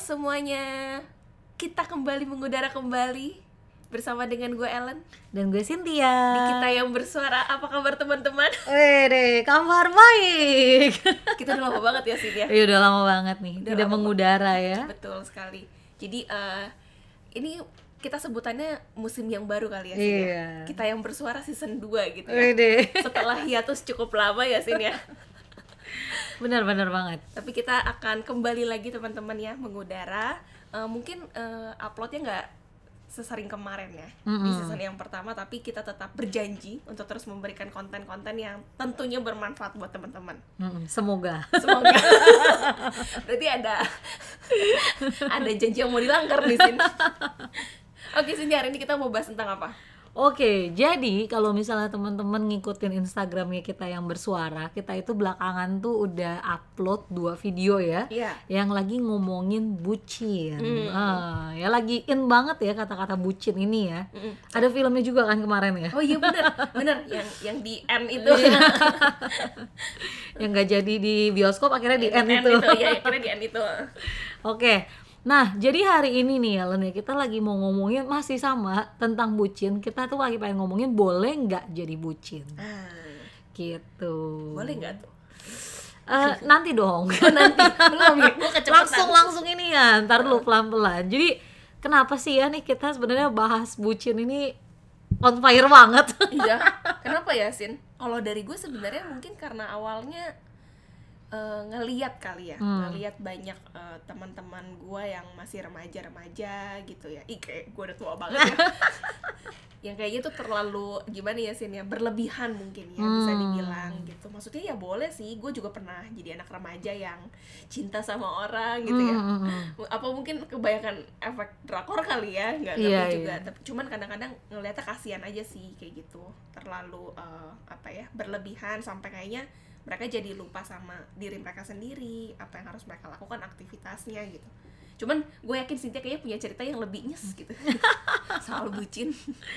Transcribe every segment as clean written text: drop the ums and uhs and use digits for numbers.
semuanya, kita kembali mengudara kembali bersama dengan gue Ellen dan gue Cynthia. Di Kita Yang Bersuara. Apa kabar teman-teman? Wede, kabar baik. Kita udah lama banget ya Cynthia. Iya udah lama banget nih, Udah tidak lama mengudara ya. Betul sekali. Jadi ini kita sebutannya musim yang baru kali ya Sin Iya. ya? Kita Yang Bersuara season 2 gitu ya. Wede. Setelah hiatus cukup lama ya Sin ya. Benar banget. Tapi kita akan kembali lagi teman-teman ya mengudara. Mungkin uploadnya nggak sesering kemarin ya di season yang pertama, tapi kita tetap berjanji untuk terus memberikan konten-konten yang tentunya bermanfaat buat teman-teman. Semoga. Berarti ada janji yang mau dilanggar di sini. Oke, Cindy, hari ini kita mau bahas tentang apa? Oke, jadi kalau misalnya teman-teman ngikutin Instagramnya Kita Yang Bersuara, kita itu belakangan tuh udah upload 2 video ya, yang lagi ngomongin bucin. Ya lagi in banget ya kata-kata bucin ini ya. Ada filmnya juga kan kemarin ya. Oh iya bener yang di end itu. Yang nggak jadi di bioskop akhirnya di end itu. Ya, akhirnya di end itu. Oke. Nah, jadi hari ini nih Ellen ya, kita lagi mau ngomongin masih sama tentang bucin. Kita tuh lagi pengen ngomongin boleh nggak jadi bucin. Gitu. Boleh nggak tuh? Nanti dong. Nanti. Belum ya, gua kecepatan. Langsung ini ya, ntar lu pelan-pelan. Jadi, kenapa sih ya nih kita sebenarnya bahas bucin ini on fire banget? Iya, kenapa ya Sin? Kalau dari gue sebenarnya mungkin karena awalnya ngeliat kali ya, ngeliat banyak teman-teman gue yang masih remaja gitu ya. Kayak gue udah tua banget ya. Yang kayaknya tuh terlalu gimana ya Sin ya, berlebihan mungkin ya bisa dibilang gitu. Maksudnya ya boleh sih, gue juga pernah jadi anak remaja yang cinta sama orang gitu ya. Apa mungkin kebanyakan efek drakor kali ya, nggak ngerti juga. Tapi cuman kadang-kadang ngeliatnya kasihan aja sih kayak gitu, terlalu berlebihan sampai kayaknya mereka jadi lupa sama diri mereka sendiri, apa yang harus mereka lakukan, aktivitasnya gitu. Cuman gue yakin Cynthia kayaknya punya cerita yang lebih nyes gitu soal bucin.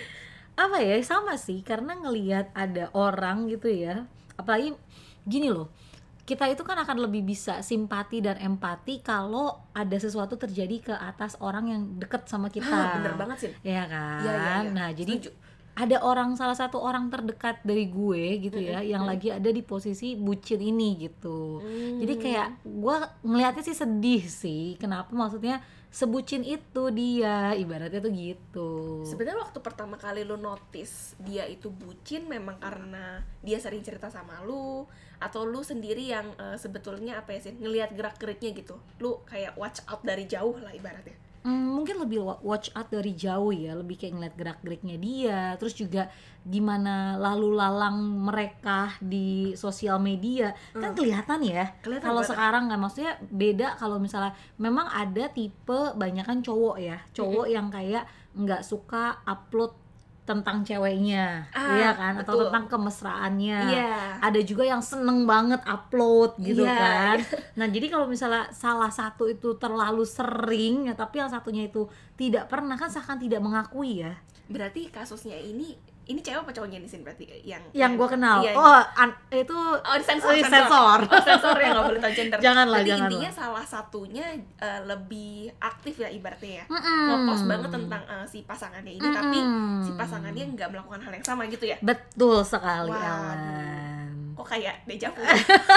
Apa ya, sama sih, karena ngelihat ada orang gitu ya, apalagi gini loh, kita itu kan akan lebih bisa simpati dan empati kalau ada sesuatu terjadi ke atas orang yang deket sama kita. Bener banget sih. Ya kan? Ya. Nah, jadi setuju. ada salah satu orang terdekat dari gue gitu ya, yang lagi ada di posisi bucin ini gitu. Jadi kayak gue ngelihatnya sih sedih sih. Kenapa? Maksudnya sebucin itu dia, ibaratnya tuh gitu. Sebenarnya waktu pertama kali lu notice dia itu bucin memang karena dia sering cerita sama lu, atau lu sendiri yang sebetulnya apa ya sih, ngelihat gerak-geriknya gitu. Lu kayak watch out dari jauh lah ibaratnya. Mungkin lebih watch out dari jauh ya, lebih kayak ngeliat gerak-geriknya dia, terus juga gimana lalu lalang mereka di sosial media. Kan kelihatan ya kalau sekarang kan, maksudnya beda kalau misalnya memang ada tipe banyakan cowok ya, yang kayak nggak suka upload tentang ceweknya, iya kan, atau tentang kemesraannya. Ada juga yang seneng banget upload gitu kan. Nah, jadi kalau misalnya salah satu itu terlalu sering ya, tapi yang satunya itu tidak pernah, kan seakan tidak mengakui ya. Berarti kasusnya ini cewek apa cowoknya di sini berarti yang gue kenal. Iya, Itu disensor. Sensor ya, nggak boleh tahu gender. Janganlah. Intinya salah satunya lebih aktif ya ibaratnya ya, ngepost banget tentang si pasangannya ini, tapi si pasangannya nggak melakukan hal yang sama gitu ya. Betul sekali, Ellen. Kok kayak deja vu.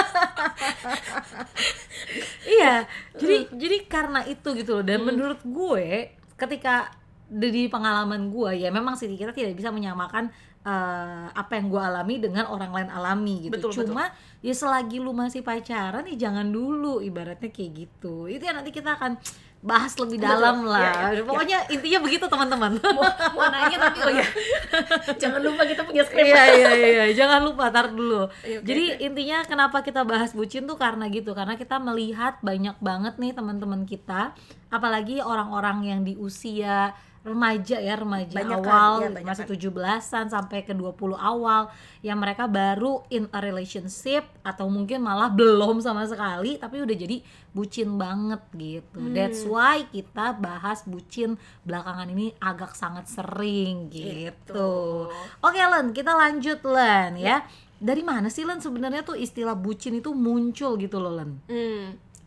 Iya, jadi karena itu gitu loh. Dan menurut gue ketika dari pengalaman gue ya, memang sih kita tidak bisa menyamakan apa yang gue alami dengan orang lain alami gitu. Cuma ya selagi lu masih pacaran ya jangan dulu, ibaratnya kayak gitu. Itu ya nanti kita akan bahas lebih dalam lah. Pokoknya intinya begitu teman-teman. Mau nanya tapi jangan lupa kita punya skrip. Iya, jangan lupa, tar dulu. Jadi intinya kenapa kita bahas bucin tuh karena gitu, karena kita melihat banyak banget nih teman-teman kita, apalagi orang-orang yang di usia remaja awal, masih 17-an sampai ke 20 awal, yang mereka baru in a relationship atau mungkin malah belum sama sekali tapi udah jadi bucin banget gitu. That's why kita bahas bucin belakangan ini agak sangat sering gitu. Oke Len, kita lanjut Len ya. Dari mana sih Len sebenarnya tuh istilah bucin itu muncul gitu loh Len?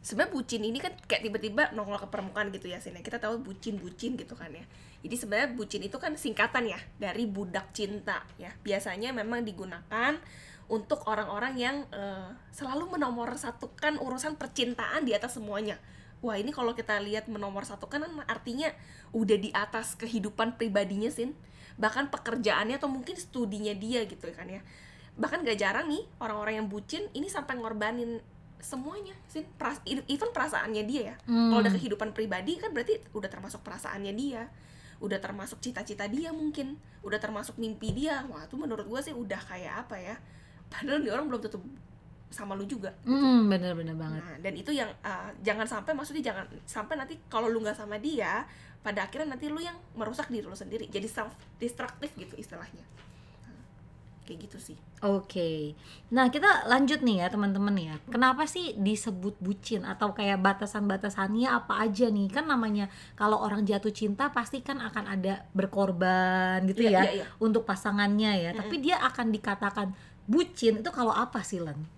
sebenarnya bucin ini kan kayak tiba-tiba nongol ke permukaan gitu ya, Sin. Kita tahu bucin gitu kan ya. Jadi sebenarnya bucin itu kan singkatan ya dari budak cinta ya. Biasanya memang digunakan untuk orang-orang yang selalu menomorsatukan urusan percintaan di atas semuanya. Wah, ini kalau kita lihat menomorsatukan kan artinya udah di atas kehidupan pribadinya, Sin. Bahkan pekerjaannya atau mungkin studinya dia gitu kan ya. Bahkan gak jarang nih orang-orang yang bucin ini sampai ngorbanin semuanya, Sin. Even perasaannya dia ya. Kalau udah kehidupan pribadi kan berarti udah termasuk perasaannya dia, udah termasuk cita-cita dia mungkin, udah termasuk mimpi dia. Wah, itu menurut gue sih udah kayak apa ya, padahal nih orang belum tentu sama lu juga gitu. Bener-bener banget. Nah, dan itu yang jangan sampai nanti kalau lu nggak sama dia, pada akhirnya nanti lu yang merusak diri lu sendiri, jadi self destructive gitu istilahnya. Kayak gitu sih. Oke. Nah, kita lanjut nih ya teman-teman ya. Kenapa sih disebut bucin atau kayak batasan-batasannya apa aja nih? Kan namanya kalau orang jatuh cinta pasti kan akan ada berkorban gitu ya untuk pasangannya ya. Tapi dia akan dikatakan bucin itu kalau apa sih, Len?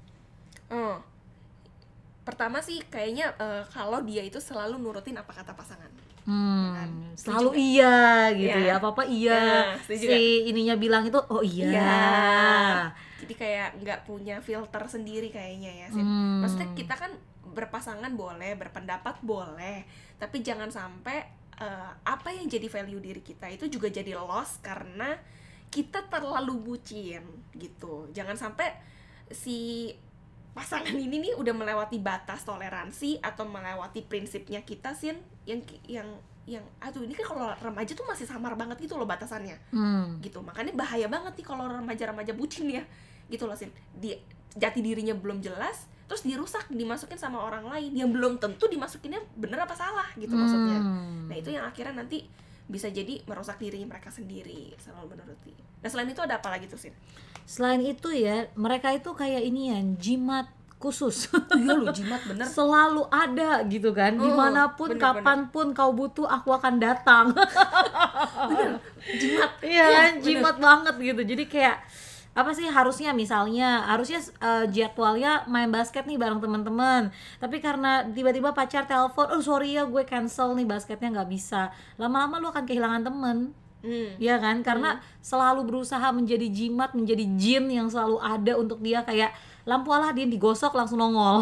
Pertama sih kayaknya kalau dia itu selalu nurutin apa kata pasangan. Kan? Selalu iya gitu ya, apa-apa iya, si ininya bilang itu oh iya. Jadi kayak nggak punya filter sendiri kayaknya ya, Sin. Maksudnya kita kan berpasangan boleh, berpendapat boleh, tapi jangan sampai apa yang jadi value diri kita itu juga jadi loss karena kita terlalu bucin gitu. Jangan sampai si pasangan ini nih udah melewati batas toleransi atau melewati prinsipnya kita, Sin, yang aduh ini kan kalau remaja tuh masih samar banget gitu loh batasannya. Gitu. Makanya bahaya banget nih kalau remaja-remaja bucin ya. Gitu loh, Sin. Jati dirinya belum jelas, terus dirusak, dimasukin sama orang lain yang belum tentu dimasukinnya bener apa salah gitu maksudnya. Nah, itu yang akhirnya nanti bisa jadi merusak dirinya mereka sendiri, selalu menuruti. Nah, selain itu ada apa lagi tuh, Sin? Selain itu ya, mereka itu kayak ini ya, jimat khusus. Iya lu, jimat bener. Selalu ada gitu kan, dimanapun, kapanpun kau butuh, aku akan datang. Bener, jimat. Iya kan, jimat banget gitu. Jadi kayak apa sih, harusnya jadwalnya main basket nih bareng teman-teman, tapi karena tiba-tiba pacar telepon, oh sorry ya gue cancel nih basketnya, nggak bisa. Lama-lama lu akan kehilangan temen. Ya kan, karena selalu berusaha menjadi jimat, menjadi jin yang selalu ada untuk dia, kayak lampu Aladin digosok langsung nongol.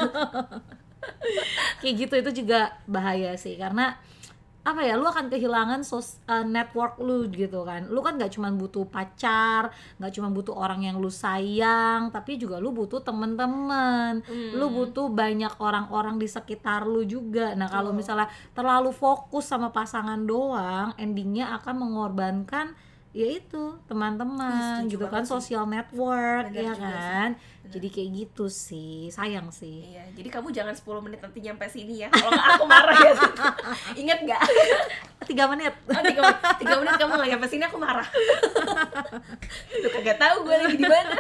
Kayak gitu, itu juga bahaya sih, karena apa ya, lu akan kehilangan network lu gitu kan. Lu kan gak cuma butuh pacar, gak cuma butuh orang yang lu sayang, tapi juga lu butuh temen-temen, lu butuh banyak orang-orang di sekitar lu juga. Nah, kalau misalnya terlalu fokus sama pasangan doang, endingnya akan mengorbankan yaitu teman-teman gitu kan, sosial network. Bener, ya kan sih. Jadi kayak gitu sih, sayang sih. Iya, jadi kamu jangan 10 menit nanti nyampe sini ya, kalau nggak aku marah ya. Ingat nggak? 3 menit. Oh, 3 menit kamu nggak nyampe sini, aku marah. Lu kagak tahu gue lagi di mana.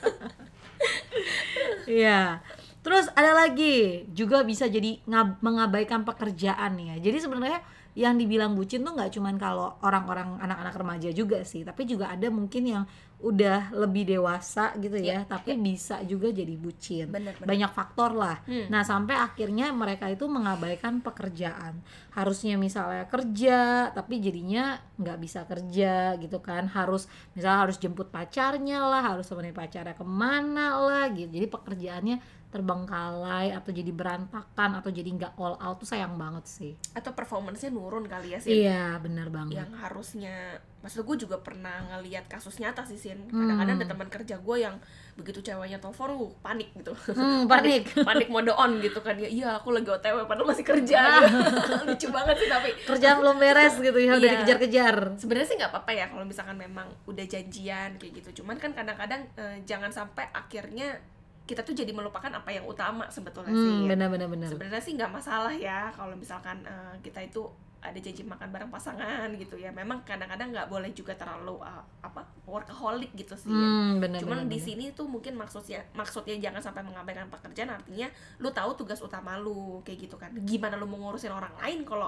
Iya. Terus ada lagi, juga bisa jadi mengabaikan pekerjaan ya. Jadi sebenarnya yang dibilang bucin tuh nggak cuman kalau orang-orang anak-anak remaja juga sih, tapi juga ada mungkin yang udah lebih dewasa gitu ya, tapi bisa juga jadi bucin. Bener. Banyak faktor lah. Nah, sampai akhirnya mereka itu mengabaikan pekerjaan. Harusnya misalnya kerja, tapi jadinya nggak bisa kerja gitu kan. Misalnya harus jemput pacarnya lah, harus temenin pacarnya kemana lah gitu. Jadi pekerjaannya terbengkalai atau jadi berantakan atau jadi nggak all out, tuh sayang banget sih. Atau performance-nya nurun kali ya sih. Iya, benar banget. Yang harusnya, maksud gue juga pernah ngelihat kasus nyata sih, Sin. Kadang-kadang ada teman kerja gue yang begitu ceweknya telepon, panik gitu. panik mode on gitu kan. Ya, iya aku lagi OTW padahal masih kerja. Gitu. Lucu banget sih, tapi kerjaan belum beres gitu ya, udah dikejar-kejar. Sebenarnya sih nggak apa-apa ya kalau misalkan memang udah janjian kayak gitu. Cuman kan kadang-kadang jangan sampai akhirnya kita tuh jadi melupakan apa yang utama sebetulnya sih. Benar. Sebenarnya sih nggak masalah ya kalau misalkan kita itu ada janji makan bareng pasangan gitu ya. Memang kadang-kadang nggak boleh juga terlalu workaholic gitu sih. Cuman di sini tuh mungkin maksudnya jangan sampai mengabaikan pekerjaan, artinya lu tahu tugas utama lu kayak gitu kan. Gimana lu mau ngurusin orang lain kalau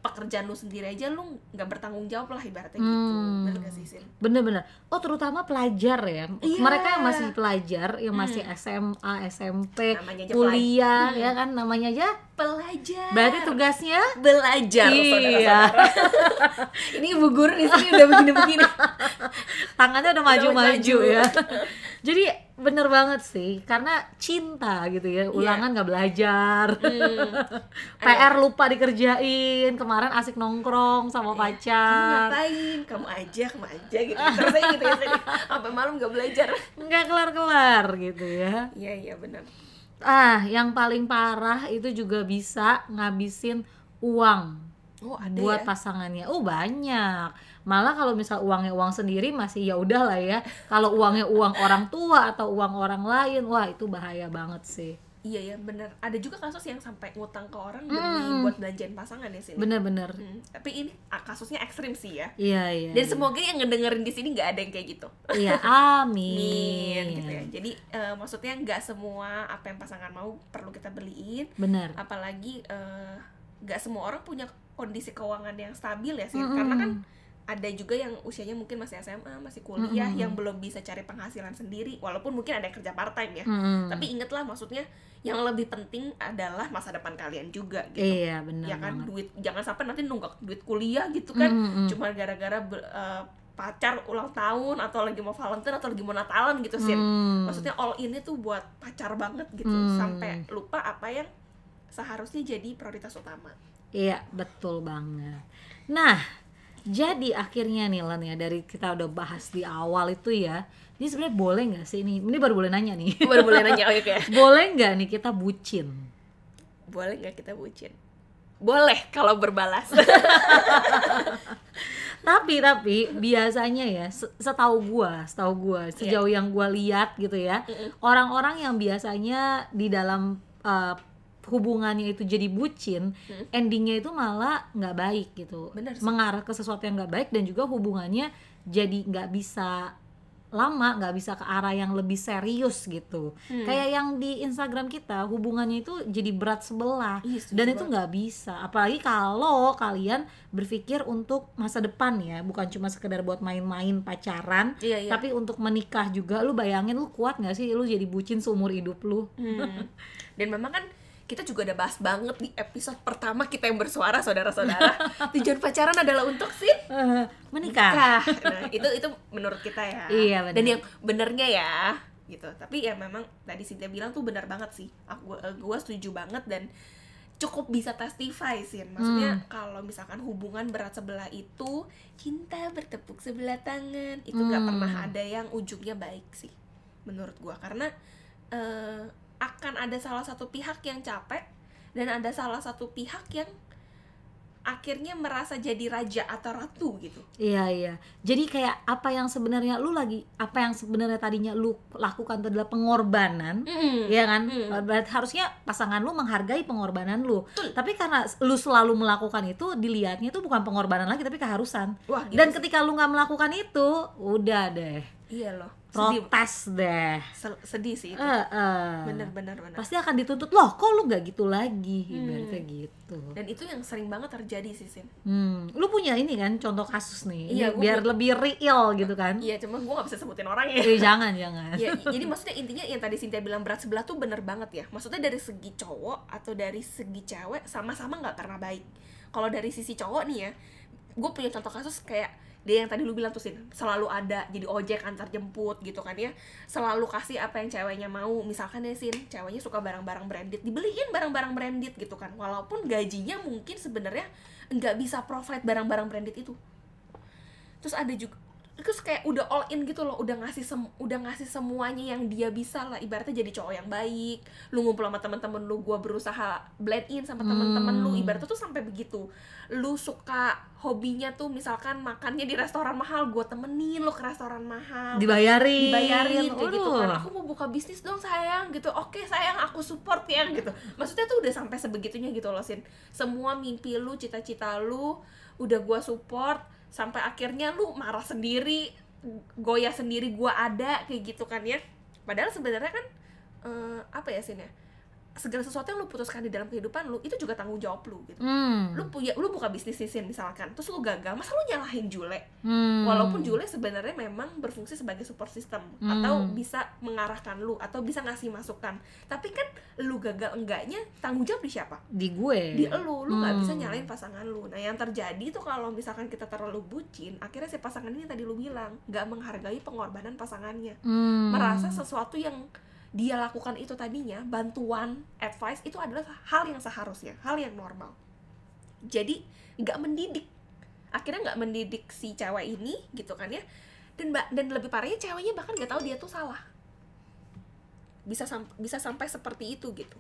pekerjaan lu sendiri aja lu nggak bertanggung jawab lah ibaratnya gitu. Bener gak sih, Sin? Bener-bener. Oh, terutama pelajar ya. Iya. Mereka yang masih pelajar, yang masih SMA, SMP, Namanya aja kuliah, ya kan, namanya aja pelajar. berarti tugasnya belajar, Iya. saudara-saudara. Ini ibu guru di sini udah begini-begini. tangannya udah maju-maju maju. ya. Jadi bener banget sih, karena cinta gitu ya. Ulangan nggak belajar, PR lupa dikerjain, kemarin asik nongkrong sama Kamu pacar, ngapain? Kamu aja gitu. Terus aja gitu ya, Sin. Sampai malam nggak belajar. nggak kelar-kelar gitu ya. Iya benar. Yang paling parah itu juga bisa ngabisin uang Oh, ada buat ya? pasangannya. Oh, banyak. Malah kalau misal uangnya uang sendiri masih ya udah lah ya. Kalau uangnya uang orang tua atau uang orang lain, wah itu bahaya banget sih. Iya ya, benar. Ada juga kasus yang sampai ngutang ke orang demi buat belanjain pasangan ya, Sin. Bener-bener. Tapi ini kasusnya ekstrim sih ya. Iya. Dan semoga yang ngedengerin di sini nggak ada yang kayak gitu. Iya, Amin amin. gitu ya. Jadi maksudnya nggak semua apa yang pasangan mau perlu kita beliin. Bener. Apalagi nggak semua orang punya kondisi keuangan yang stabil ya sih. Karena kan ada juga yang usianya mungkin masih SMA, masih kuliah, yang belum bisa cari penghasilan sendiri. Walaupun mungkin ada yang kerja part time ya. Tapi ingatlah, maksudnya yang lebih penting adalah masa depan kalian juga gitu. Iya, bener Ya kan, banget. duit jangan sampai nanti nunggak duit kuliah gitu kan. Cuma gara-gara pacar ulang tahun atau lagi mau Valentine atau lagi mau Natalan gitu sih. Maksudnya all in itu buat pacar banget gitu, sampai lupa apa yang seharusnya jadi prioritas utama. Iya, betul banget. Nah, jadi akhirnya nih Lan ya, dari kita udah bahas di awal itu ya, ini sebenarnya boleh nggak sih ini baru boleh nanya nih. Baru boleh nanya, oke. Boleh nggak nih kita bucin? Boleh nggak kita bucin? Boleh kalau berbalas. Tapi biasanya ya, setahu gua sejauh yang gua lihat gitu ya, orang-orang yang biasanya di dalam hubungannya itu jadi bucin, endingnya itu malah nggak baik gitu. Bener sih. Mengarah ke sesuatu yang nggak baik, dan juga hubungannya jadi nggak bisa lama, nggak bisa ke arah yang lebih serius gitu. Kayak yang di Instagram kita, hubungannya itu jadi berat sebelah. Iya, setuju Dan itu banget. nggak bisa, apalagi kalau kalian berpikir untuk masa depan ya, bukan cuma sekedar buat main-main pacaran, Iya. tapi untuk menikah juga. Lu bayangin, lu kuat nggak sih lu jadi bucin seumur hidup lu? Dan memang kan kita juga udah bahas banget di episode pertama kita yang bersuara, saudara-saudara. Tujuan pacaran adalah untuk Menikah. Nah, itu menurut kita ya. Iya, benar. Dan yang benernya ya gitu. Tapi ya memang tadi Cynthia bilang tuh benar banget sih. Gua setuju banget dan cukup bisa testify sih. Maksudnya kalau misalkan hubungan berat sebelah itu cinta bertepuk sebelah tangan, itu nggak pernah ada yang ujungnya baik sih menurut gua. Karena akan ada salah satu pihak yang capek dan ada salah satu pihak yang akhirnya merasa jadi raja atau ratu gitu. Iya. Jadi kayak apa yang sebenarnya tadinya lu lakukan itu adalah pengorbanan, ya kan? Berarti harusnya pasangan lu menghargai pengorbanan lu. Tapi karena lu selalu melakukan itu, dilihatnya itu bukan pengorbanan lagi tapi keharusan. Wah, gila Dan sih. ketika lu nggak melakukan itu, udah deh, Iya loh. protes deh. Sedih sih itu. Bener. Pasti akan dituntut, loh kok lu nggak gitu lagi, ibaratnya gitu. Dan itu yang sering banget terjadi sih, Sin. Lu punya ini kan contoh kasus nih, Iya, ini biar lebih real gitu kan? Iya, cuma gue gak bisa sebutin orang ya. Jangan. Ya, jadi maksudnya intinya yang tadi Cynthia bilang berat sebelah tuh bener banget ya. Maksudnya dari segi cowok atau dari segi cewek sama-sama nggak pernah baik. Kalau dari sisi cowok nih ya, gue punya contoh kasus kayak dia yang tadi lu bilang tuh, Sin, selalu ada jadi ojek antar jemput gitu kan ya, selalu kasih apa yang ceweknya mau. Misalkan ya, Sin, ceweknya suka barang-barang branded, dibeliin barang-barang branded gitu kan, walaupun gajinya mungkin sebenarnya nggak bisa provide barang-barang branded itu. Terus ada juga, terus kayak udah all in gitu loh, udah ngasih semuanya yang dia bisa lah, ibaratnya jadi cowok yang baik. Lu ngumpul sama teman-teman lu, gua berusaha blend in sama teman-teman lu, ibaratnya tuh sampai begitu. Lu suka hobinya tuh misalkan makannya di restoran mahal, gua temenin lu ke restoran mahal, dibayarin kayak gitu kan. Aduh. Aku mau buka bisnis dong sayang gitu. Oke sayang, aku support ya gitu. Maksudnya tuh udah sampai sebegitunya gitu loh, Sin. Semua mimpi lu, cita-cita lu udah gua support, sampai akhirnya lu marah sendiri, goyah sendiri, gua ada kayak gitu kan ya. Padahal sebenarnya kan apa ya, Sin ya, segala sesuatu yang lu putuskan di dalam kehidupan lu itu juga tanggung jawab lu gitu. Lu buka bisnis misalkan, terus lu gagal, masa lu nyalahin Jule? Walaupun Jule sebenarnya memang berfungsi sebagai support system atau bisa mengarahkan lu atau bisa ngasih masukan, tapi kan lu gagal enggaknya tanggung jawab di siapa? Di gue. Di lu nggak bisa nyalahin pasangan lu. Nah yang terjadi tuh kalau misalkan kita terlalu bucin, akhirnya si pasangan ini tadi lu bilang nggak menghargai pengorbanan pasangannya, merasa sesuatu yang dia lakukan itu tadinya, bantuan, advice, itu adalah hal yang seharusnya, hal yang normal. Jadi nggak mendidik, akhirnya nggak mendidik si cewek ini gitu kan ya. Dan lebih parahnya ceweknya bahkan nggak tahu dia tuh salah. Bisa sampai seperti itu gitu.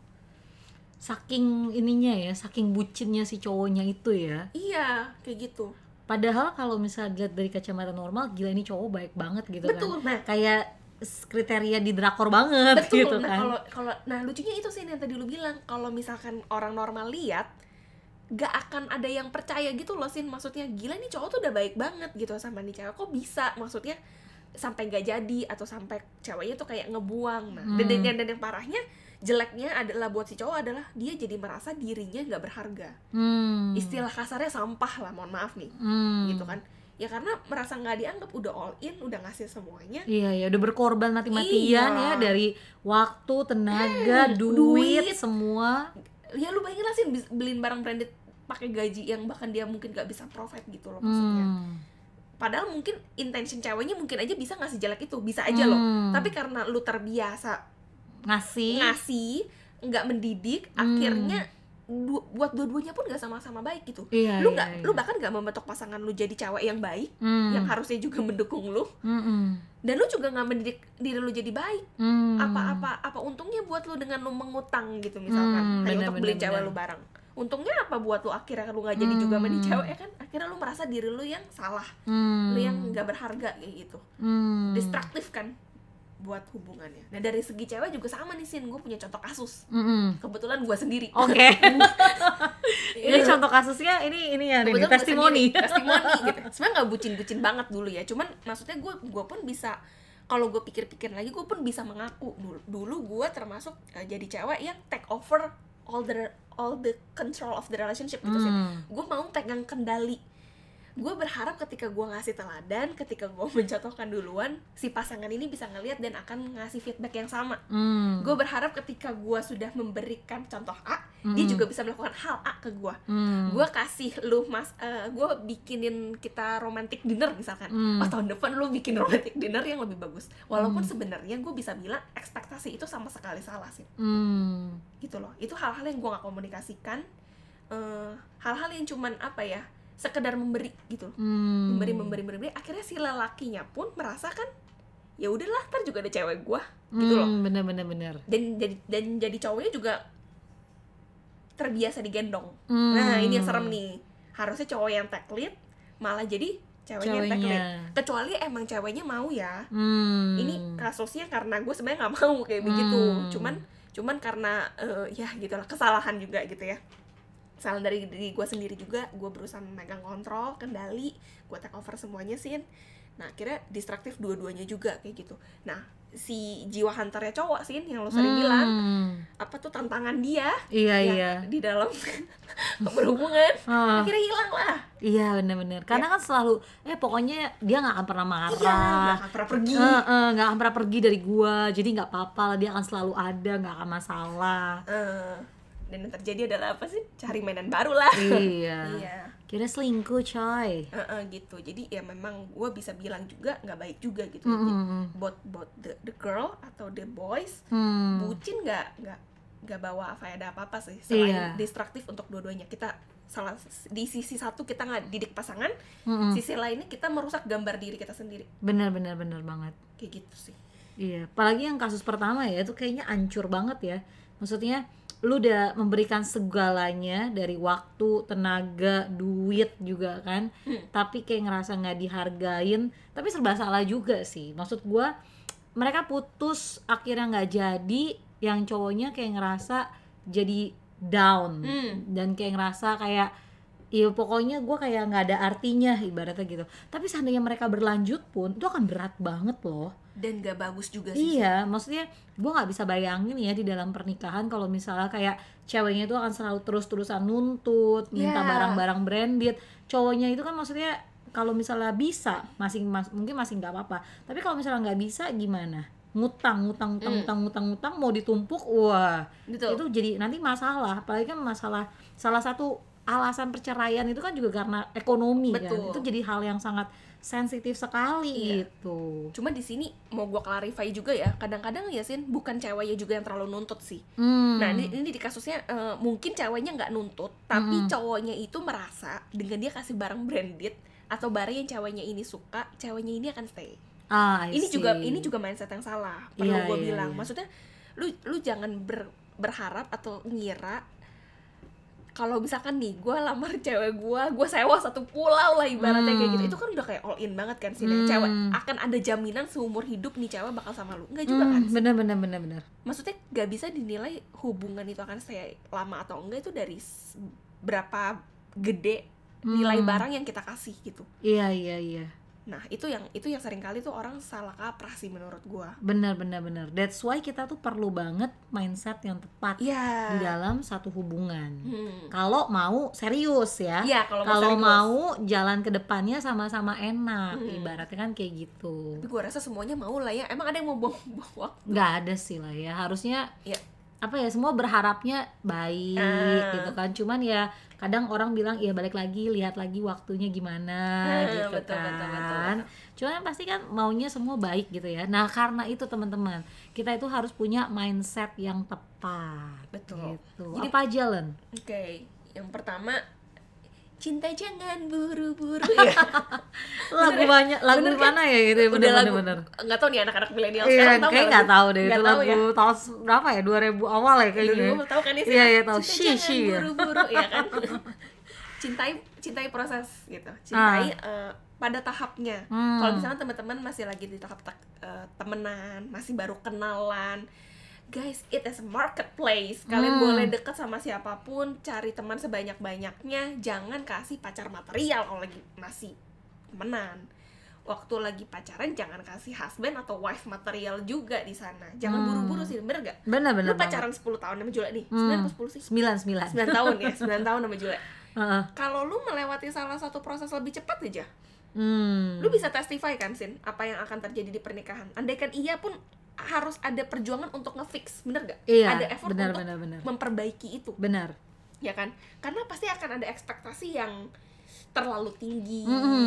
Saking ininya ya, saking bucinnya si cowoknya itu ya. Iya, kayak gitu. Padahal kalau misalnya dilihat dari kacamata normal, gila ini cowok baik banget gitu. Betul, kan. nah. Kayak kriteria di drakor banget. Betul, gitu nah kan. nah lucunya itu sih yang tadi lu bilang, kalau misalkan orang normal lihat gak akan ada yang percaya gitu loh Sin, maksudnya gila nih cowok tuh udah baik banget gitu sama nih cewek, kok bisa, maksudnya sampai gak jadi atau sampai ceweknya tuh kayak ngebuang. Nah dan yang parahnya, jeleknya adalah buat si cowok adalah dia jadi merasa dirinya gak berharga. Istilah kasarnya sampah lah, mohon maaf nih, gitu kan ya, karena merasa nggak dianggap, udah all in, udah ngasih semuanya. Iya, udah berkorban mati-matian ya, dari waktu, tenaga, duit, semua. Ya lu bayangin lah sih beliin barang branded pakai gaji yang bahkan dia mungkin nggak bisa profit gitu loh maksudnya. Padahal mungkin intention ceweknya mungkin aja bisa ngasih jelek itu, bisa aja loh. Tapi karena lu terbiasa ngasih, nggak mendidik, akhirnya buat dua-duanya pun gak sama-sama baik gitu. Lu bahkan gak membentuk pasangan lu jadi cewek yang baik, yang harusnya juga mendukung lu, dan lu juga gak mendidik diri lu jadi baik. Apa untungnya buat lu dengan lu mengutang gitu misalkan, hanya untuk beli cewek lu barang. Untungnya apa buat lu akhirnya lu gak jadi juga sama cewek ya kan? Akhirnya lu merasa diri lu yang salah, lu yang gak berharga kayak gitu. Destruktif kan buat hubungannya. Nah dari segi cewek juga sama nih Sin, gue punya contoh kasus. Kebetulan gue sendiri. Oke. Ini contoh kasusnya ini ya, ini testimoni. Testimoni gitu. Sebenarnya nggak bucin-bucin banget dulu ya. Cuman maksudnya gue pun bisa, kalau gue pikir-pikir lagi, gue pun bisa mengaku dulu gue termasuk jadi cewek yang take over all the control of the relationship gitu sih. Gue mau pegang kendali. Gue berharap ketika gue ngasih teladan, ketika gue mencontohkan duluan, si pasangan ini bisa ngelihat dan akan ngasih feedback yang sama. Gue berharap ketika gue sudah memberikan contoh A, dia juga bisa melakukan hal A ke gue. Gue kasih lu gue bikinin kita romantic dinner misalkan. Tahun depan lu bikin romantic dinner yang lebih bagus. Walaupun sebenarnya gue bisa bilang ekspektasi itu sama sekali salah sih. Gitu loh. Itu hal-hal yang gue gak komunikasikan. Hal-hal yang cuman apa ya, sekedar memberi gitu, memberi, akhirnya si lelakinya pun merasakan ya udahlah, ntar juga ada cewek gua gitu loh. Bener. Dan jadi cowoknya juga terbiasa digendong. Nah ini yang serem nih, harusnya cowok yang take lead malah jadi ceweknya yang take lead, kecuali emang ceweknya mau ya. Ini kasusnya karena gue sebenarnya nggak mau kayak begitu, cuman karena ya gitulah, kesalahan juga gitu ya. Salah dari diri gue sendiri juga, gue berusaha memegang kontrol, kendali, gue take over semuanya Sin. Nah akhirnya destruktif dua-duanya juga kayak gitu. Nah si jiwa hunternya cowok Sin, yang lo sering bilang apa tuh, tantangan dia di dalam berhubungan akhirnya hilang lah. Iya benar-benar, karena kan selalu pokoknya dia nggak akan pernah marah, nggak akan pernah pergi, nggak akan pernah pergi dari gue, jadi nggak apa-apa lah, dia akan selalu ada, nggak akan masalah. Dan yang terjadi adalah apa sih? Cari mainan baru lah. Iya. Kira selingkuh coy. Gitu. Jadi ya memang gue bisa bilang juga nggak baik juga gitu. Both the girl atau the boys, bucin nggak bawa faedah apa sih selain destruktif untuk dua-duanya. Kita di sisi satu kita nggak didik pasangan, sisi lainnya kita merusak gambar diri kita sendiri. Benar banget. Kayak gitu sih. Iya. Apalagi yang kasus pertama ya, itu kayaknya hancur banget ya. Maksudnya lu udah memberikan segalanya, dari waktu, tenaga, duit juga kan, tapi kayak ngerasa nggak dihargain, tapi serba salah juga sih. Maksud gue, mereka putus akhirnya nggak jadi, yang cowoknya kayak ngerasa jadi down, dan kayak ngerasa kayak ya pokoknya gue kayak nggak ada artinya ibaratnya gitu. Tapi seandainya mereka berlanjut pun itu akan berat banget loh. Dan gak bagus juga sih. Iya, maksudnya gue nggak bisa bayangin ya di dalam pernikahan kalau misalnya kayak ceweknya itu akan selalu terus-terusan nuntut, minta barang-barang branded. Cowoknya itu kan maksudnya kalau misalnya bisa mungkin masih nggak apa-apa. Tapi kalau misalnya nggak bisa gimana? Ngutang mau ditumpuk, wah Betul. itu jadi nanti masalah. Apalagi kan masalah salah satu alasan perceraian itu kan juga karena ekonomi. Betul. Kan, itu jadi hal yang sangat sensitif sekali gitu. Cuma di sini mau gue clarify juga ya, kadang-kadang ya Sin, bukan ceweknya juga yang terlalu nuntut sih. Nah ini di kasusnya mungkin ceweknya nggak nuntut, tapi cowoknya itu merasa dengan dia kasih barang branded atau barang yang ceweknya ini suka, ceweknya ini akan stay. Ini juga mindset yang salah, perlu gue bilang. Maksudnya lu jangan berharap atau ngira kalau misalkan nih gue lamar cewek gue sewa satu pulau lah ibaratnya kayak gitu, itu kan udah kayak all in banget kan sih. Cewek akan ada jaminan seumur hidup nih cewek bakal sama lu, enggak juga kan? Bener. Maksudnya gak bisa dinilai hubungan itu akan stay lama atau enggak itu dari berapa gede nilai barang yang kita kasih gitu. Iya. Nah itu yang sering kali tuh orang salah kaprah sih menurut gua. Benar. That's why kita tuh perlu banget mindset yang tepat di dalam satu hubungan. Kalau mau serius ya. Kalau mau jalan ke depannya sama-sama enak, ibaratnya kan kayak gitu. Tapi gua rasa semuanya mau lah ya. Emang ada yang mau buang waktu? Nggak ada sih lah ya. Harusnya semua berharapnya baik gitu kan. Cuman ya kadang orang bilang ya balik lagi, lihat lagi waktunya gimana gitu betul. Cuman pasti kan maunya semua baik gitu ya. Nah karena itu teman-teman, kita itu harus punya mindset yang tepat. Betul Gitu. Jadi, apa aja Len? Oke. Yang pertama, cinta jangan buru-buru ya. lagu mana ya gitu ya, bener. Nggak tahu nih anak-anak milenial sekarang sekarang tahu kayak nggak tahu deh itu lagu tahun berapa ya, 2000 awal ya kayaknya. 2000 tahu kan ini? Iya tahu. Cinta jangan buru-buru ya kan. cintai proses gitu. Cintai pada tahapnya. Kalau misalnya teman-teman masih lagi di tahap temenan, masih baru kenalan, guys, it is a marketplace. Kalian boleh dekat sama siapapun, cari teman sebanyak-banyaknya, jangan kasih pacar material kalau lagi masih temenan. Waktu lagi pacaran jangan kasih husband atau wife material juga di sana. Jangan buru-buru sih, bener gak? Bener. Lu pacaran 10 tahun sama Jule nih? 9 atau 10 sih? 9 tahun ya, 9 tahun sama Jule. Kalau lu melewati salah satu proses lebih cepat aja, lu bisa testify kan Sin, apa yang akan terjadi di pernikahan. Andaikan iya pun harus ada perjuangan untuk ngefix, bener gak? Iya, ada effort untuk memperbaiki itu. Benar. Ya kan? Karena pasti akan ada ekspektasi yang terlalu tinggi.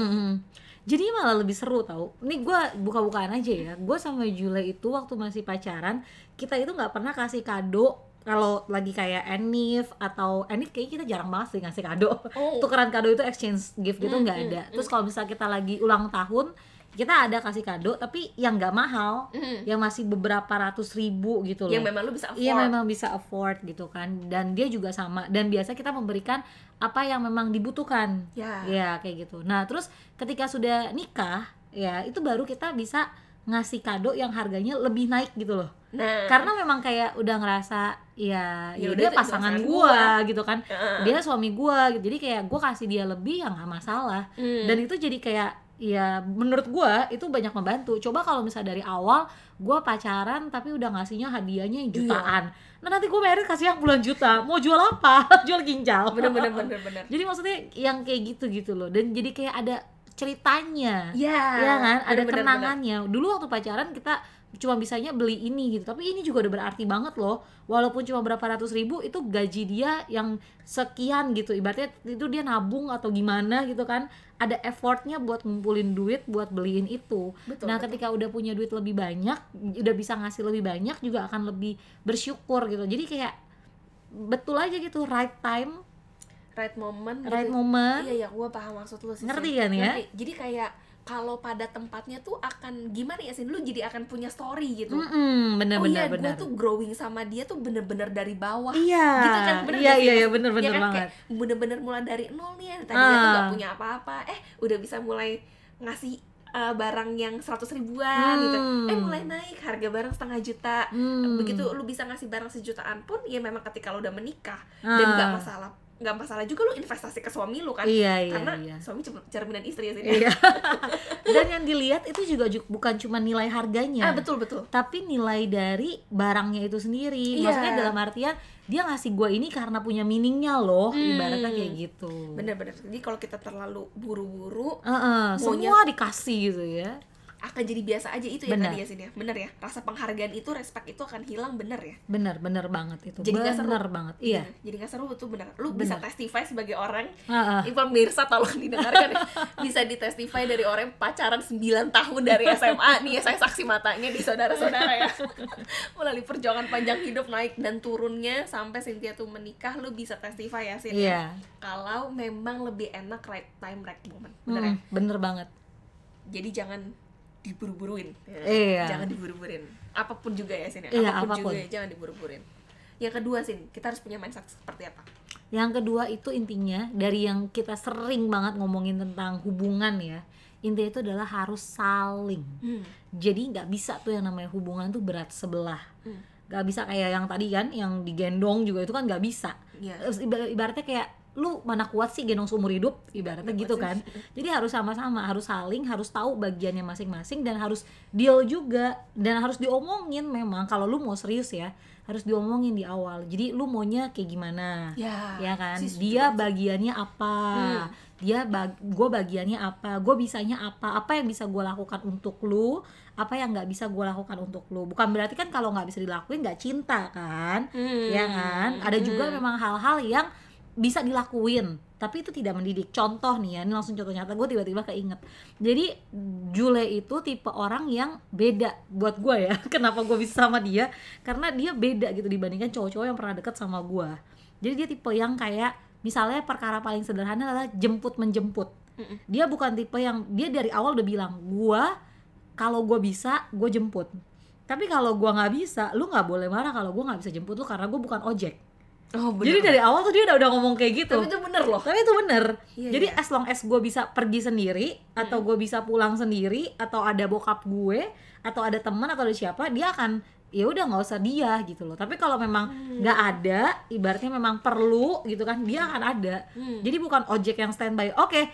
Jadi malah lebih seru tau. Ini gue buka-bukaan aja ya. Gue sama Jule itu waktu masih pacaran, kita itu nggak pernah kasih kado. Kalau lagi kayak Enif kayaknya kita jarang banget sih ngasih kado. Tukeran kado itu exchange gift gitu nggak ada. Terus kalau misalnya kita lagi ulang tahun, kita ada kasih kado tapi yang nggak mahal, yang masih beberapa ratus ribu gitu loh. Yang memang lu bisa afford. Iya memang bisa afford gitu kan. Dan dia juga sama. Dan biasa kita memberikan apa yang memang dibutuhkan. Ya kayak gitu. Nah terus ketika sudah nikah, ya itu baru kita bisa ngasih kado yang harganya lebih naik gitu loh. Nah, karena memang kayak udah ngerasa ya dia pasangan gua gitu kan, dia suami gua gitu. Jadi kayak gua kasih dia lebih ya nggak masalah. Dan itu jadi kayak ya menurut gua itu banyak membantu. Coba kalau misalnya dari awal gua pacaran tapi udah ngasihnya hadiahnya jutaan, nah nanti gua married kasih yang puluhan juta, mau jual apa? Jual ginjal. Bener. Jadi maksudnya yang kayak gitu loh. Dan jadi kayak ada ceritanya, ya kan, ada kenangannya. Dulu waktu pacaran kita cuma bisanya beli ini gitu, tapi ini juga udah berarti banget loh. Walaupun cuma berapa ratus ribu, itu gaji dia yang sekian gitu. Ibaratnya itu dia nabung atau gimana gitu kan. Ada effortnya buat ngumpulin duit buat beliin itu. Betul. Ketika udah punya duit lebih banyak, udah bisa ngasih lebih banyak, juga akan lebih bersyukur gitu. Jadi kayak betul aja gitu, right time, right moment. Iya, gue paham maksud lu sih. Ngerti kan ya? Jadi kayak kalau pada tempatnya tuh akan gimana ya sih, lu jadi akan punya story gitu. Bener. Gue tuh growing sama dia tuh bener-bener dari bawah. Iya. Gitu kan, bener bener ya kan? banget. Kayak bener-bener mulai dari nol nih. Tadinya tuh gak punya apa-apa, udah bisa mulai ngasih barang yang 100 ribuan gitu. Mulai naik harga barang 500 juta. Begitu lu bisa ngasih barang 1 jutaan pun, ya memang ketika lu udah menikah dan gak masalah nggak masalah juga lu investasi ke suami lu kan, karena suami cerminan istri ya sini. Iya. Dan yang dilihat itu juga bukan cuma nilai harganya, betul, tapi nilai dari barangnya itu sendiri. Maksudnya dalam artian dia ngasih gue ini karena punya meaningnya loh, ibaratnya kayak gitu. Bener-bener. Jadi kalau kita terlalu buru-buru, semua dikasih gitu ya, akan jadi biasa aja itu ya tadi ya sini ya. Bener ya, rasa penghargaan itu, respect itu akan hilang, bener ya. Bener banget itu. Jadi nggak seru banget. Iya. Jadi nggak seru itu bener. Lu bisa testify sebagai orang, pemirsa tolong didengarkan ya. Bisa ditestify dari orang pacaran 9 tahun dari SMA nih ya, saya saksi matanya di saudara-saudara ya. Melalui perjuangan panjang hidup naik dan turunnya sampai Cynthia tuh menikah, lu bisa testify ya sih. Kalau memang lebih enak right time right moment. Bener ya? Bener banget. Jadi jangan diburu-buruin, jangan diburu-buruin, apapun juga ya Sin, apapun juga ya, jangan diburu-buruin. Yang kedua Sin, kita harus punya mindset seperti apa? Yang kedua itu intinya dari yang kita sering banget ngomongin tentang hubungan ya, intinya itu adalah harus saling. Jadi nggak bisa tuh yang namanya hubungan tuh berat sebelah, nggak bisa kayak yang tadi kan, yang digendong juga itu kan nggak bisa. Ibaratnya kayak lu mana kuat sih gendong seumur hidup, ibaratnya gitu kan. Jadi harus sama-sama, harus saling, harus tahu bagiannya masing-masing, dan harus deal juga, dan harus diomongin. Memang kalau lu mau serius ya harus diomongin di awal. Jadi lu maunya kayak gimana, ya kan, dia bagiannya apa, gue bagiannya apa, gue bisanya apa yang bisa gue lakukan untuk lu, apa yang nggak bisa gue lakukan untuk lu. Bukan berarti kan kalau nggak bisa dilakuin nggak cinta kan, ya kan. Ada juga memang hal-hal yang bisa dilakuin tapi itu tidak mendidik. Contoh nih ya, ini langsung contoh nyata, gue tiba-tiba keinget. Jadi Jule itu tipe orang yang beda buat gue ya. Kenapa gue bisa sama dia, karena dia beda gitu dibandingkan cowok-cowok yang pernah deket sama gue. Jadi dia tipe yang kayak, misalnya perkara paling sederhana adalah jemput menjemput. Dia bukan tipe yang, dia dari awal udah bilang, gue kalau gue bisa gue jemput, tapi kalau gue nggak bisa, lu nggak boleh marah kalau gue nggak bisa jemput lu karena gue bukan ojek. Jadi dari awal tuh dia udah ngomong kayak gitu. Tapi itu bener loh. Tapi itu bener. Jadi as long as gue bisa pergi sendiri, atau gue bisa pulang sendiri, atau ada bokap gue, atau ada teman, atau ada siapa, dia akan, ya udah nggak usah dia gitu loh. Tapi kalau memang nggak ada, ibaratnya memang perlu gitu kan, dia akan ada. Jadi bukan ojek yang standby.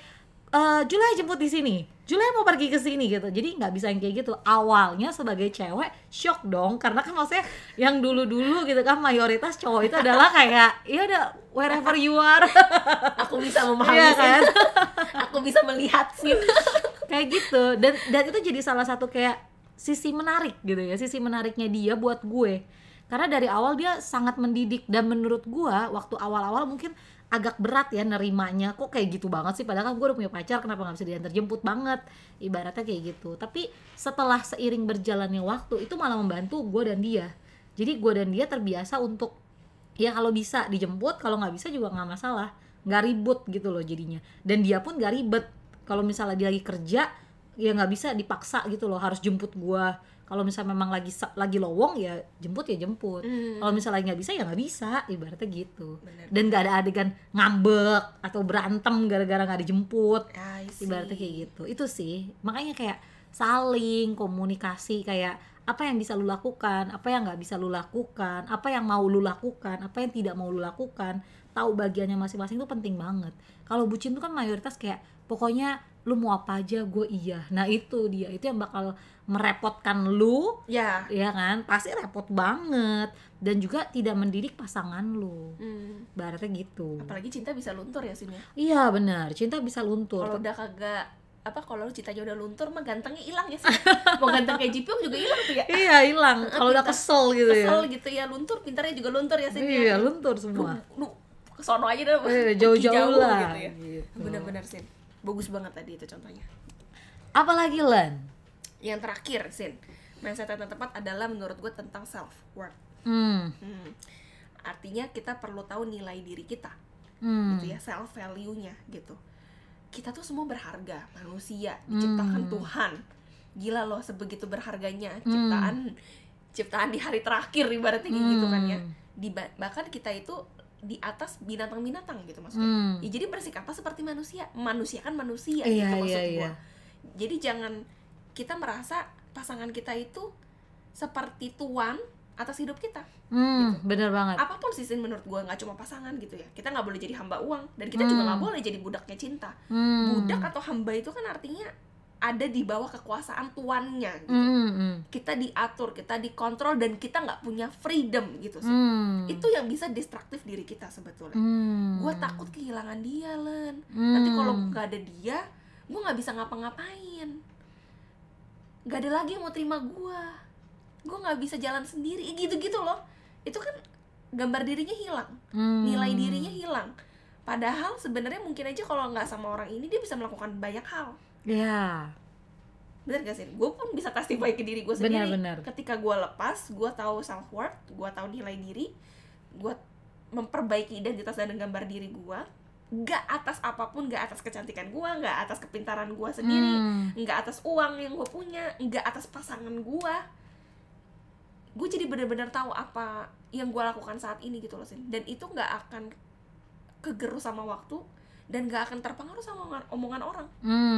Julai jemput di sini, Julai mau pergi ke sini gitu. Jadi nggak bisa yang kayak gitu. Awalnya sebagai cewek shock dong, karena kan maksudnya yang dulu-dulu gitu kan mayoritas cowok itu adalah kayak, ya udah wherever you are. Aku bisa memahami kan? Aku bisa melihat sih. Kayak gitu. Dan itu jadi salah satu kayak sisi menarik gitu ya, sisi menariknya dia buat gue. Karena dari awal dia sangat mendidik, dan menurut gue waktu awal-awal mungkin agak berat ya nerimanya, kok kayak gitu banget sih, padahal kan gue udah punya pacar, kenapa gak bisa diantar jemput banget, ibaratnya kayak gitu. Tapi setelah seiring berjalannya waktu, itu malah membantu gue dan dia. Jadi gue dan dia terbiasa untuk, ya kalau bisa dijemput, kalau gak bisa juga gak masalah, gak ribut gitu loh jadinya. Dan dia pun gak ribet, kalau misalnya dia lagi kerja, ya gak bisa dipaksa gitu loh harus jemput gue. Kalau misalnya memang lagi lowong ya jemput. Kalau misalnya lagi nggak bisa ya nggak bisa, ibaratnya gitu. Bener. Dan nggak ada adegan ngambek atau berantem gara-gara nggak dijemput, ibaratnya kayak gitu. Itu sih makanya kayak saling komunikasi, kayak apa yang bisa lu lakukan, apa yang nggak bisa lu lakukan, apa yang mau lu lakukan, apa yang tidak mau lu lakukan. Tahu bagiannya masing-masing itu penting banget. Kalau bucin tuh kan mayoritas kayak pokoknya lu mau apa aja gue iya. Nah itu dia, itu yang bakal merepotkan lu, ya kan, pasti repot banget, dan juga tidak mendidik pasangan lu. Ibaratnya gitu. Apalagi cinta bisa luntur ya Sin ya. Iya benar, cinta bisa luntur. Kalau udah kagak kalau cintanya udah luntur mah gantengnya hilang ya sih. Mau ganteng kayak Jipyong juga hilang tuh ya. Iya hilang. Kalau udah kesel gitu ya. Kesel gitu ya, luntur, pintarnya juga luntur ya sih. Iya luntur semua. Lu kesono aja dah. Jauh-jauh lah. Gitu ya. Gitu. Benar-benar Sin. Bagus banget tadi itu contohnya. Apalagi Len? Yang terakhir Sin, mindset yang tepat adalah menurut gue tentang self worth. Artinya kita perlu tahu nilai diri kita, gitu ya, self value-nya gitu. Kita tuh semua berharga, manusia diciptakan Tuhan. Gila loh, sebegitu berharganya ciptaan di hari terakhir ibaratnya gitu kan ya. Bahkan kita itu di atas binatang-binatang gitu maksudnya. Ya, jadi bersikaplah seperti manusia. Manusia kan manusia gitu maksud gue. Jadi jangan kita merasa pasangan kita itu seperti tuan atas hidup kita. Bener banget. Apapun sih Sin, menurut gue, nggak cuma pasangan gitu ya. Kita nggak boleh jadi hamba uang, dan kita juga nggak boleh jadi budaknya cinta. Budak atau hamba itu kan artinya ada di bawah kekuasaan tuannya gitu. Kita diatur, kita dikontrol, dan kita nggak punya freedom gitu sih. Itu yang bisa destruktif diri kita sebetulnya. Gue takut kehilangan dia, Len. Nanti kalau nggak ada dia, gue nggak bisa ngapa-ngapain. Gak ada lagi yang mau terima gue nggak bisa jalan sendiri, gitu-gitu loh. Itu kan gambar dirinya hilang, nilai dirinya hilang. Padahal sebenarnya mungkin aja kalau nggak sama orang ini, dia bisa melakukan banyak hal. Ya. Bener gak sih? Gue pun bisa testify ke diri gue sendiri. Benar. Ketika gue lepas, gue tahu self worth, gue tahu nilai diri, gue memperbaiki identitas dan gambar diri gue. Gak atas apapun, gak atas kecantikan gue, gak atas kepintaran gue sendiri, gak atas uang yang gue punya, gak atas pasangan gue. Gue jadi benar-benar tahu apa yang gue lakukan saat ini gitu loh, Sin. Dan itu gak akan kegerus sama waktu, dan gak akan terpengaruh sama omongan orang.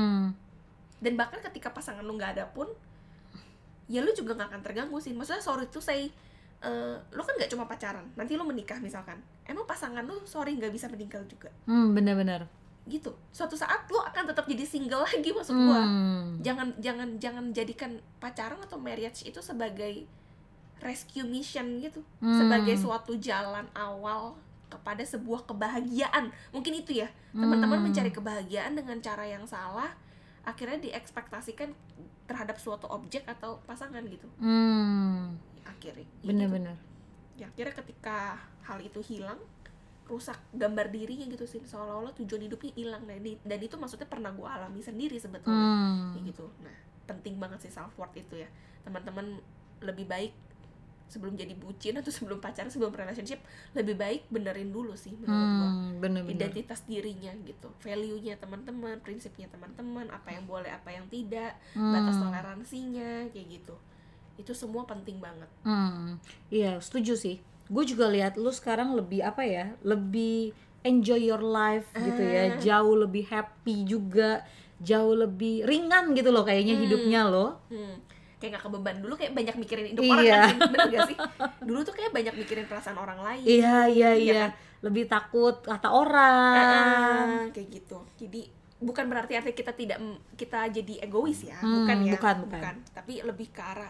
Dan bahkan ketika pasangan lu gak ada pun, ya lu juga gak akan terganggu sih. Maksudnya sorry to say, lu kan gak cuma pacaran, nanti lu menikah misalkan, emang pasangan lu sorry gak bisa meninggal juga. Benar-benar gitu. Suatu saat lu akan tetap jadi single lagi, maksud gua. Jangan jadikan pacaran atau marriage itu sebagai rescue mission gitu, sebagai suatu jalan awal kepada sebuah kebahagiaan. Mungkin itu ya, teman-teman mencari kebahagiaan dengan cara yang salah, akhirnya diekspektasikan terhadap suatu objek atau pasangan gitu. Akhirnya benar-benar ya, akhirnya ketika hal itu hilang, rusak gambar dirinya gitu sih, seolah-olah tujuan hidupnya hilang. Dan itu maksudnya pernah gue alami sendiri sebetulnya. Kayak gitu. Nah, penting banget sih self worth itu ya, teman-teman. Lebih baik sebelum jadi bucin atau sebelum pacaran, sebelum relationship, lebih baik benerin dulu sih menurut gua. Identitas dirinya gitu, value-nya teman-teman, prinsipnya teman-teman, apa yang boleh, apa yang tidak, batas toleransinya, kayak gitu. Itu semua penting banget. Iya, setuju sih. Gue juga lihat lu sekarang lebih apa ya, lebih enjoy your life gitu ya, jauh lebih happy juga, jauh lebih ringan gitu loh kayaknya hidupnya lo. Kayak gak kebeban. Dulu kayak banyak mikirin hidup orang kan, bener gak sih? Dulu tuh kayak banyak mikirin perasaan orang lain. Iya kan? Lebih takut kata orang, kayak gitu. Jadi bukan berarti kita jadi egois ya, bukan. Tapi lebih ke arah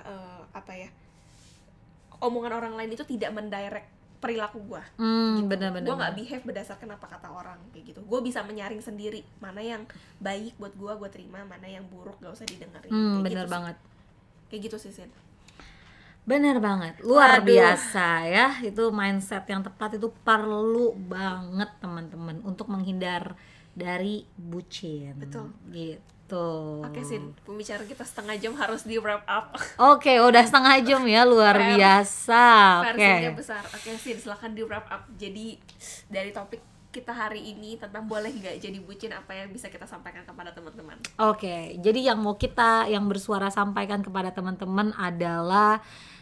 omongan orang lain itu tidak mendirect perilaku gue. Benar-benar. Gue nggak behave berdasarkan apa kata orang kayak gitu. Gue bisa menyaring sendiri mana yang baik buat gue terima, mana yang buruk gak usah didengerin. Benar gitu banget. Kayak gitu sih, Sin. Bener banget, luar biasa ya. Itu mindset yang tepat itu perlu banget teman-teman untuk menghindar dari bucin. Betul. Gitu. Oke, Sin, pembicaraan kita setengah jam harus di wrap up. Oke, udah setengah jam ya, luar biasa. Versinya besar. Oke, Sin, silakan di wrap up. Jadi dari topik kita hari ini tentang boleh nggak jadi bucin, apa yang bisa kita sampaikan kepada teman-teman? Oke, jadi yang bersuara sampaikan kepada teman-teman adalah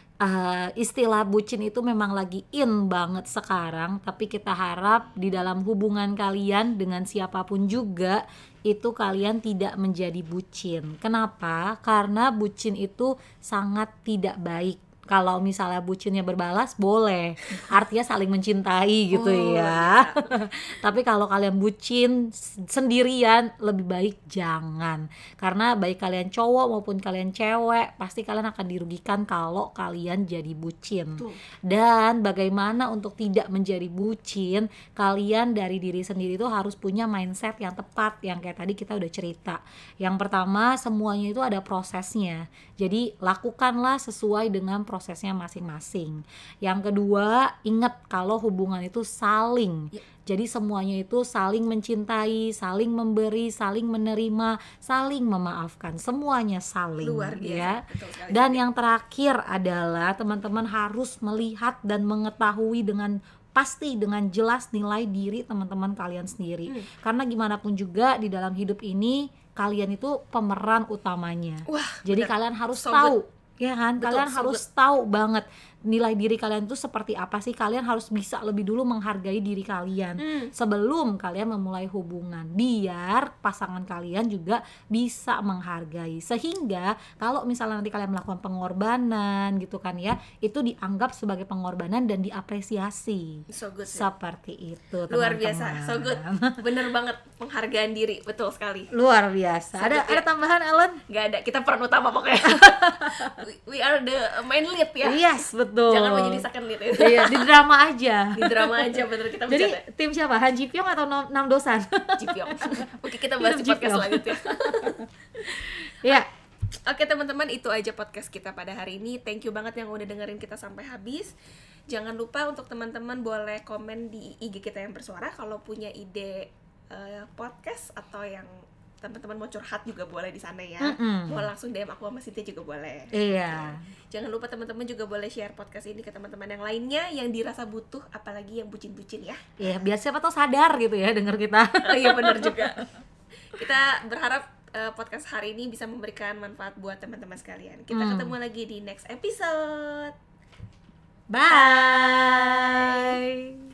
istilah bucin itu memang lagi in banget sekarang, tapi kita harap di dalam hubungan kalian dengan siapapun juga itu kalian tidak menjadi bucin. Kenapa? Karena bucin itu sangat tidak baik. Kalau misalnya bucinnya berbalas boleh, artinya saling mencintai gitu ya. Tapi kalau kalian bucin sendirian, lebih baik jangan. Karena baik kalian cowok maupun kalian cewek, pasti kalian akan dirugikan kalau kalian jadi bucin. Dan bagaimana untuk tidak menjadi bucin, kalian dari diri sendiri itu harus punya mindset yang tepat, yang kayak tadi kita udah cerita. Yang pertama, semuanya itu ada prosesnya. Jadi lakukanlah sesuai dengan prosesnya masing-masing. Yang kedua, ingat kalau hubungan itu saling. Jadi semuanya itu saling mencintai, saling memberi, saling menerima, saling memaafkan. Semuanya saling. Luar biasa. Ya. Dan yang terakhir adalah teman-teman harus melihat dan mengetahui dengan pasti, dengan jelas nilai diri teman-teman kalian sendiri. Karena gimana pun juga di dalam hidup ini kalian itu pemeran utamanya. Wah, jadi bener. Kalian harus tahu, ya kan? Betul, kalian harus tahu banget nilai diri kalian itu seperti apa sih. Kalian harus bisa lebih dulu menghargai diri kalian sebelum kalian memulai hubungan, biar pasangan kalian juga bisa menghargai, sehingga kalau misalnya nanti kalian melakukan pengorbanan gitu kan ya, itu dianggap sebagai pengorbanan dan diapresiasi. So good, seperti itu, luar teman-teman. biasa, so good. Bener banget, penghargaan diri, betul sekali. Luar biasa. Ada tambahan, Ellen? Gak ada, kita peran utama pokoknya. We are the main lead ya. Yes, betul. Jangan mau jadi second lead ya. Iya, di drama aja. Di drama aja, bener, kita Jadi bercanda. tim siapa? Han Ji Pyong atau Nam Dosan? Ji Pyong. Oke, kita bahas di podcast selanjutnya. Ya. Oke teman-teman, itu aja podcast kita pada hari ini. Thank you banget yang udah dengerin kita sampai habis. Jangan lupa untuk teman-teman boleh komen di IG kita yang bersuara kalau punya ide podcast, atau yang teman-teman mau curhat juga boleh di sana ya. Mau langsung DM aku sama Cynthia juga boleh. Iya. Jangan lupa teman-teman juga boleh share podcast ini ke teman-teman yang lainnya yang dirasa butuh, apalagi yang bucin-bucin ya. Iya, biar siapa tahu sadar gitu ya denger kita. Oh iya, benar juga. Kita berharap podcast hari ini bisa memberikan manfaat buat teman-teman sekalian. Kita ketemu lagi di next episode. Bye.